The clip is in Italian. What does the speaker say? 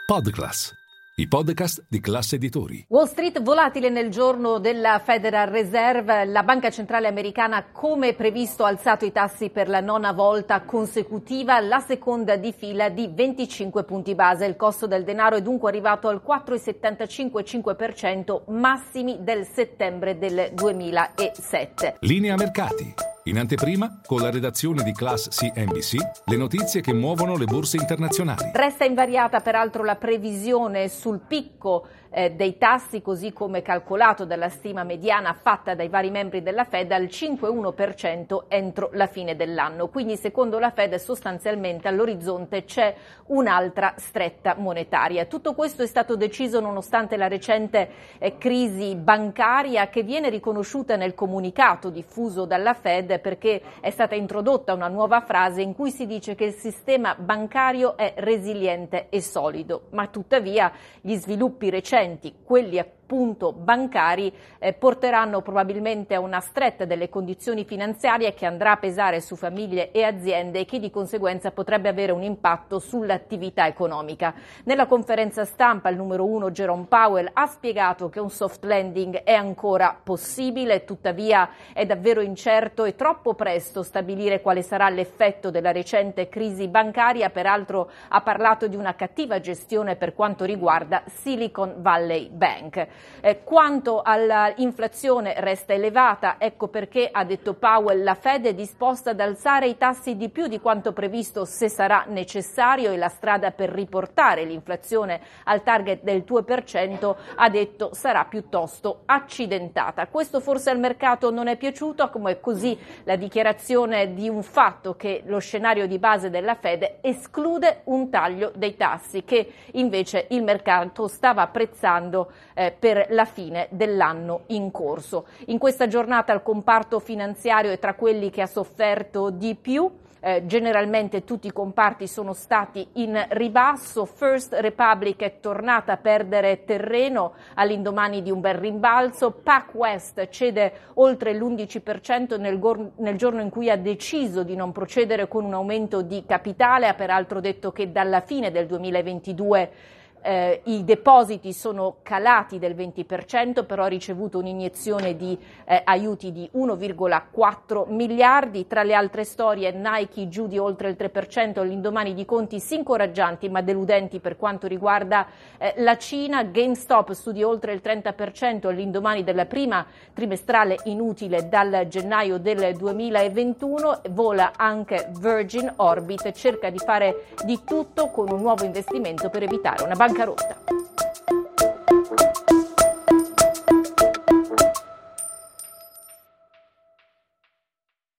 Podclass, i podcast di Class Editori. Wall Street volatile nel giorno della Federal Reserve. La Banca Centrale Americana, come previsto, ha alzato i tassi per la nona volta consecutiva, la seconda di fila di 25 punti base. Il costo del denaro è dunque arrivato al 4,75%, massimi del settembre del 2007. Linea mercati. In anteprima, con la redazione di Class CNBC, le notizie che muovono le borse internazionali. Resta invariata peraltro la previsione sul picco dei tassi, così come calcolato dalla stima mediana fatta dai vari membri della Fed, al 5,1% entro la fine dell'anno. Quindi, secondo la Fed, sostanzialmente all'orizzonte c'è un'altra stretta monetaria. Tutto questo è stato deciso nonostante la recente crisi bancaria, che viene riconosciuta nel comunicato diffuso dalla Fed, perché è stata introdotta una nuova frase in cui si dice che il sistema bancario è resiliente e solido, ma tuttavia gli sviluppi recenti, quelli appunto bancari, porteranno probabilmente a una stretta delle condizioni finanziarie che andrà a pesare su famiglie e aziende e che di conseguenza potrebbe avere un impatto sull'attività economica. Nella conferenza stampa il numero 1 Jerome Powell ha spiegato che un soft landing è ancora possibile, tuttavia è davvero incerto e troppo presto stabilire quale sarà l'effetto della recente crisi bancaria. Peraltro ha parlato di una cattiva gestione per quanto riguarda Silicon Valley Bank. Quanto all'inflazione resta elevata, ecco perché, ha detto Powell, la Fed è disposta ad alzare i tassi di più di quanto previsto se sarà necessario, e la strada per riportare l'inflazione al target del 2%, ha detto, sarà piuttosto accidentata. Questo forse al mercato non è piaciuto, come così la dichiarazione di un fatto che lo scenario di base della Fed esclude un taglio dei tassi, che invece il mercato stava apprezzando per la fine dell'anno in corso. In questa giornata il comparto finanziario è tra quelli che ha sofferto di più. Generalmente tutti i comparti sono stati in ribasso. First Republic è tornata a perdere terreno all'indomani di un bel rimbalzo. PacWest cede oltre l'11% nel giorno in cui ha deciso di non procedere con un aumento di capitale. Ha peraltro detto che dalla fine del 2022 i depositi sono calati del 20%, però ha ricevuto un'iniezione di aiuti di 1,4 miliardi. Tra le altre storie, Nike giù di oltre il 3% all'indomani di conti incoraggianti ma deludenti per quanto riguarda la Cina. GameStop su di oltre il 30% all'indomani della prima trimestrale inutile dal gennaio del 2021. Vola anche Virgin Orbit, cerca di fare di tutto con un nuovo investimento per evitare una bancarotta.